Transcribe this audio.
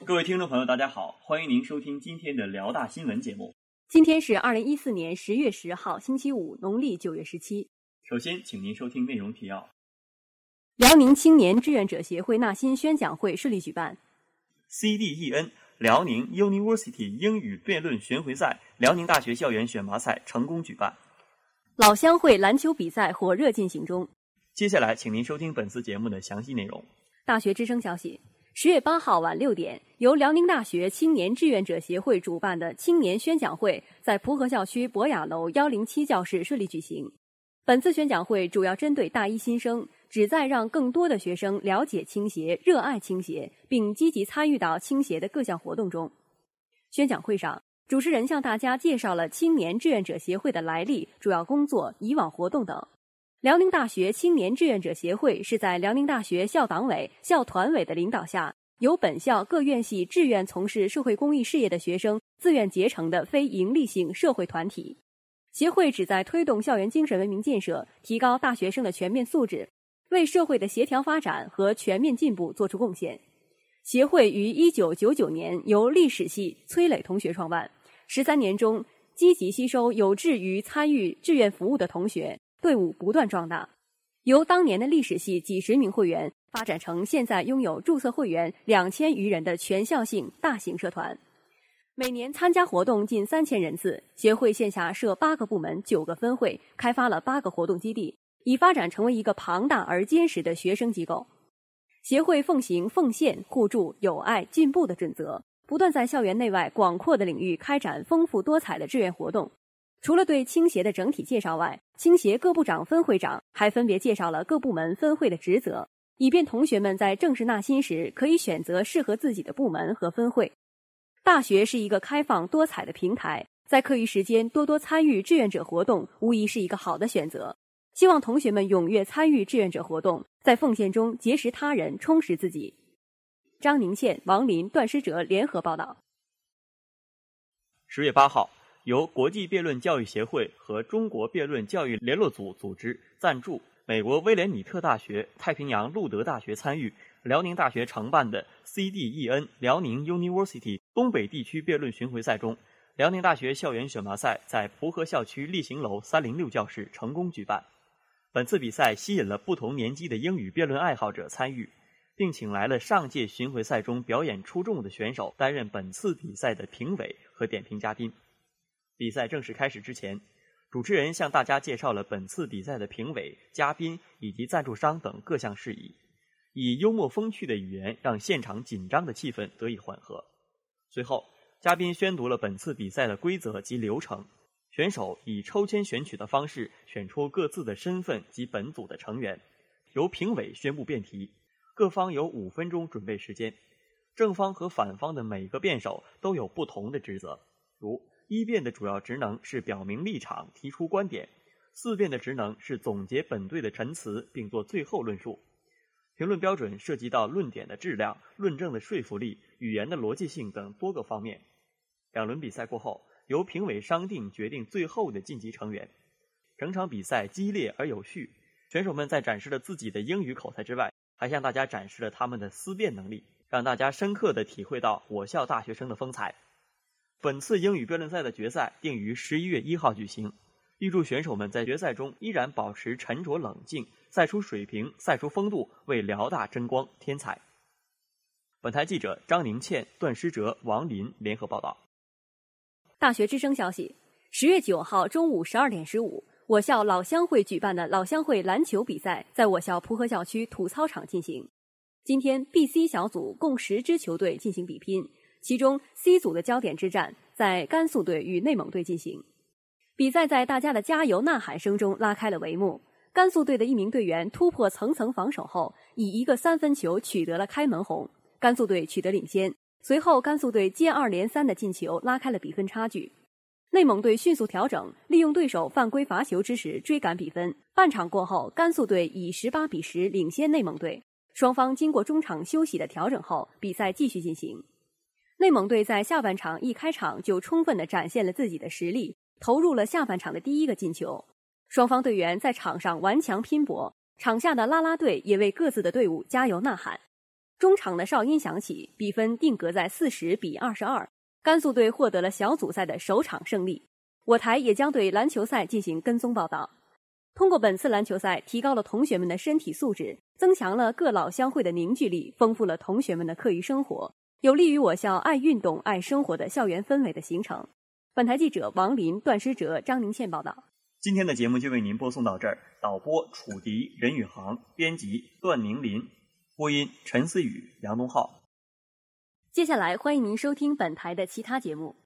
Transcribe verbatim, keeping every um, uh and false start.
各位听众朋友大家好，欢迎您收听今天的辽大新闻节目。 今天是二零一四年十月十号星期五，农历九月十七。 首先请您收听内容提要。 辽宁青年志愿者协会纳新宣讲会顺利举办。 C D E N 辽宁 University 英语辩论巡回赛辽宁大学校园选拔赛成功举办。 老乡会篮球比赛火热进行中。 接下来请您收听本次节目的详细内容。 大学之声消息，十月八号晚六点，由辽宁大学青年志愿者协会主办的青年宣讲会在蒲河校区博雅楼一零七教室顺利举行。本次宣讲会主要针对大一新生，旨在让更多的学生了解青协、热爱青协，并积极参与到青协的各项活动中。宣讲会上，主持人向大家介绍了青年志愿者协会的来历、主要工作、以往活动等。辽宁大学青年志愿者协会是在辽宁大学校党委、校团委的领导下，由本校各院系志愿从事社会公益事业的学生自愿结成的非营利性社会团体。协会旨在推动校园精神文明建设，提高大学生的全面素质，为社会的协调发展和全面进步作出贡献。协会于一九九九年由历史系崔磊同学创办，十三年中积极吸收有志于参与志愿服务的同学，队伍不断壮大，由当年的历史系几十名会员发展成现在拥有注册会员两千余人的全校性大型社团。每年参加活动近三千人次，协会线下设八个部门、九个分会，开发了八个活动基地，已发展成为一个庞大而坚实的学生机构。协会奉行奉献、互助、友爱、进步的准则，不断在校园内外广阔的领域开展丰富多彩的志愿活动。除了对青协的整体介绍外，青协各部长、分会长还分别介绍了各部门分会的职责，以便同学们在正式纳新时可以选择适合自己的部门和分会。大学是一个开放多彩的平台，在课余时间多多参与志愿者活动，无疑是一个好的选择。希望同学们踊跃参与志愿者活动，在奉献中结识他人，充实自己。张宁倩、王林、段诗哲联合报道。 十月八号，由国际辩论教育协会和中国辩论教育联络组组织赞助，美国威廉尼特大学、太平洋路德大学参与，辽宁大学承办的 C D E N 辽宁 University 东北地区辩论巡回赛中，辽宁大学校园选拔赛在蒲河校区例行楼三零六教室成功举办。本次比赛吸引了不同年纪的英语辩论爱好者参与，并请来了上届巡回赛中表演出众的选手担任本次比赛的评委和点评嘉宾。比赛正式开始之前，主持人向大家介绍了本次比赛的评委、嘉宾以及赞助商等各项事宜，以幽默风趣的语言让现场紧张的气氛得以缓和。随后，嘉宾宣读了本次比赛的规则及流程，选手以抽签选取的方式选出各自的身份及本组的成员，由评委宣布辩题，各方有五分钟准备时间。正方和反方的每个辩手都有不同的职责，如一辩的主要职能是表明立场、提出观点，四辩的职能是总结本队的陈词并做最后论述。评论标准涉及到论点的质量、论证的说服力、语言的逻辑性等多个方面。两轮比赛过后，由评委商定决定最后的晋级成员。整场比赛激烈而有序，选手们在展示了自己的英语口才之外，还向大家展示了他们的思辨能力，让大家深刻地体会到我校大学生的风采。本次英语辩论赛的决赛定于十一月一号举行，预祝选手们在决赛中依然保持沉着冷静，赛出水平，赛出风度，为辽大争光添彩。本台记者张宁倩、段诗哲、王林联合报道。 大学之声消息，十月九号中午十二点十五，我校老乡会举办的老乡会篮球比赛在我校蒲河校区土操场进行。今天 B、C 小组共十支球队进行比拼，其中 C 组的焦点之战在甘肃队与内蒙队进行。比赛在大家的加油呐喊声中拉开了帷幕。甘肃队的一名队员突破层层防守后，以一个三分球取得了开门红，甘肃队取得领先。随后甘肃队接二连三的进球拉开了比分差距。内蒙队迅速调整，利用对手犯规罚球之时追赶比分。半场过后，甘肃队以十八比十领先内蒙队。双方经过中场休息的调整后，比赛继续进行。内蒙队在下半场一开场就充分地展现了自己的实力，投入了下半场的第一个进球。双方队员在场上顽强拼搏，场下的啦啦队也为各自的队伍加油呐喊。 中场的哨音响起，比分定格在四十比二十二，甘肃队获得了小组赛的首场胜利。我台也将对篮球赛进行跟踪报道。通过本次篮球赛，提高了同学们的身体素质，增强了各老乡会的凝聚力，丰富了同学们的课余生活，有利于我校爱运动、爱生活的校园氛围的形成。本台记者王林、段诗哲、张宁倩报道。 今天的节目就为您播送到这儿，导播楚迪、任宇航，编辑段宁林，播音陈思雨、杨东浩。 接下来欢迎您收听本台的其他节目。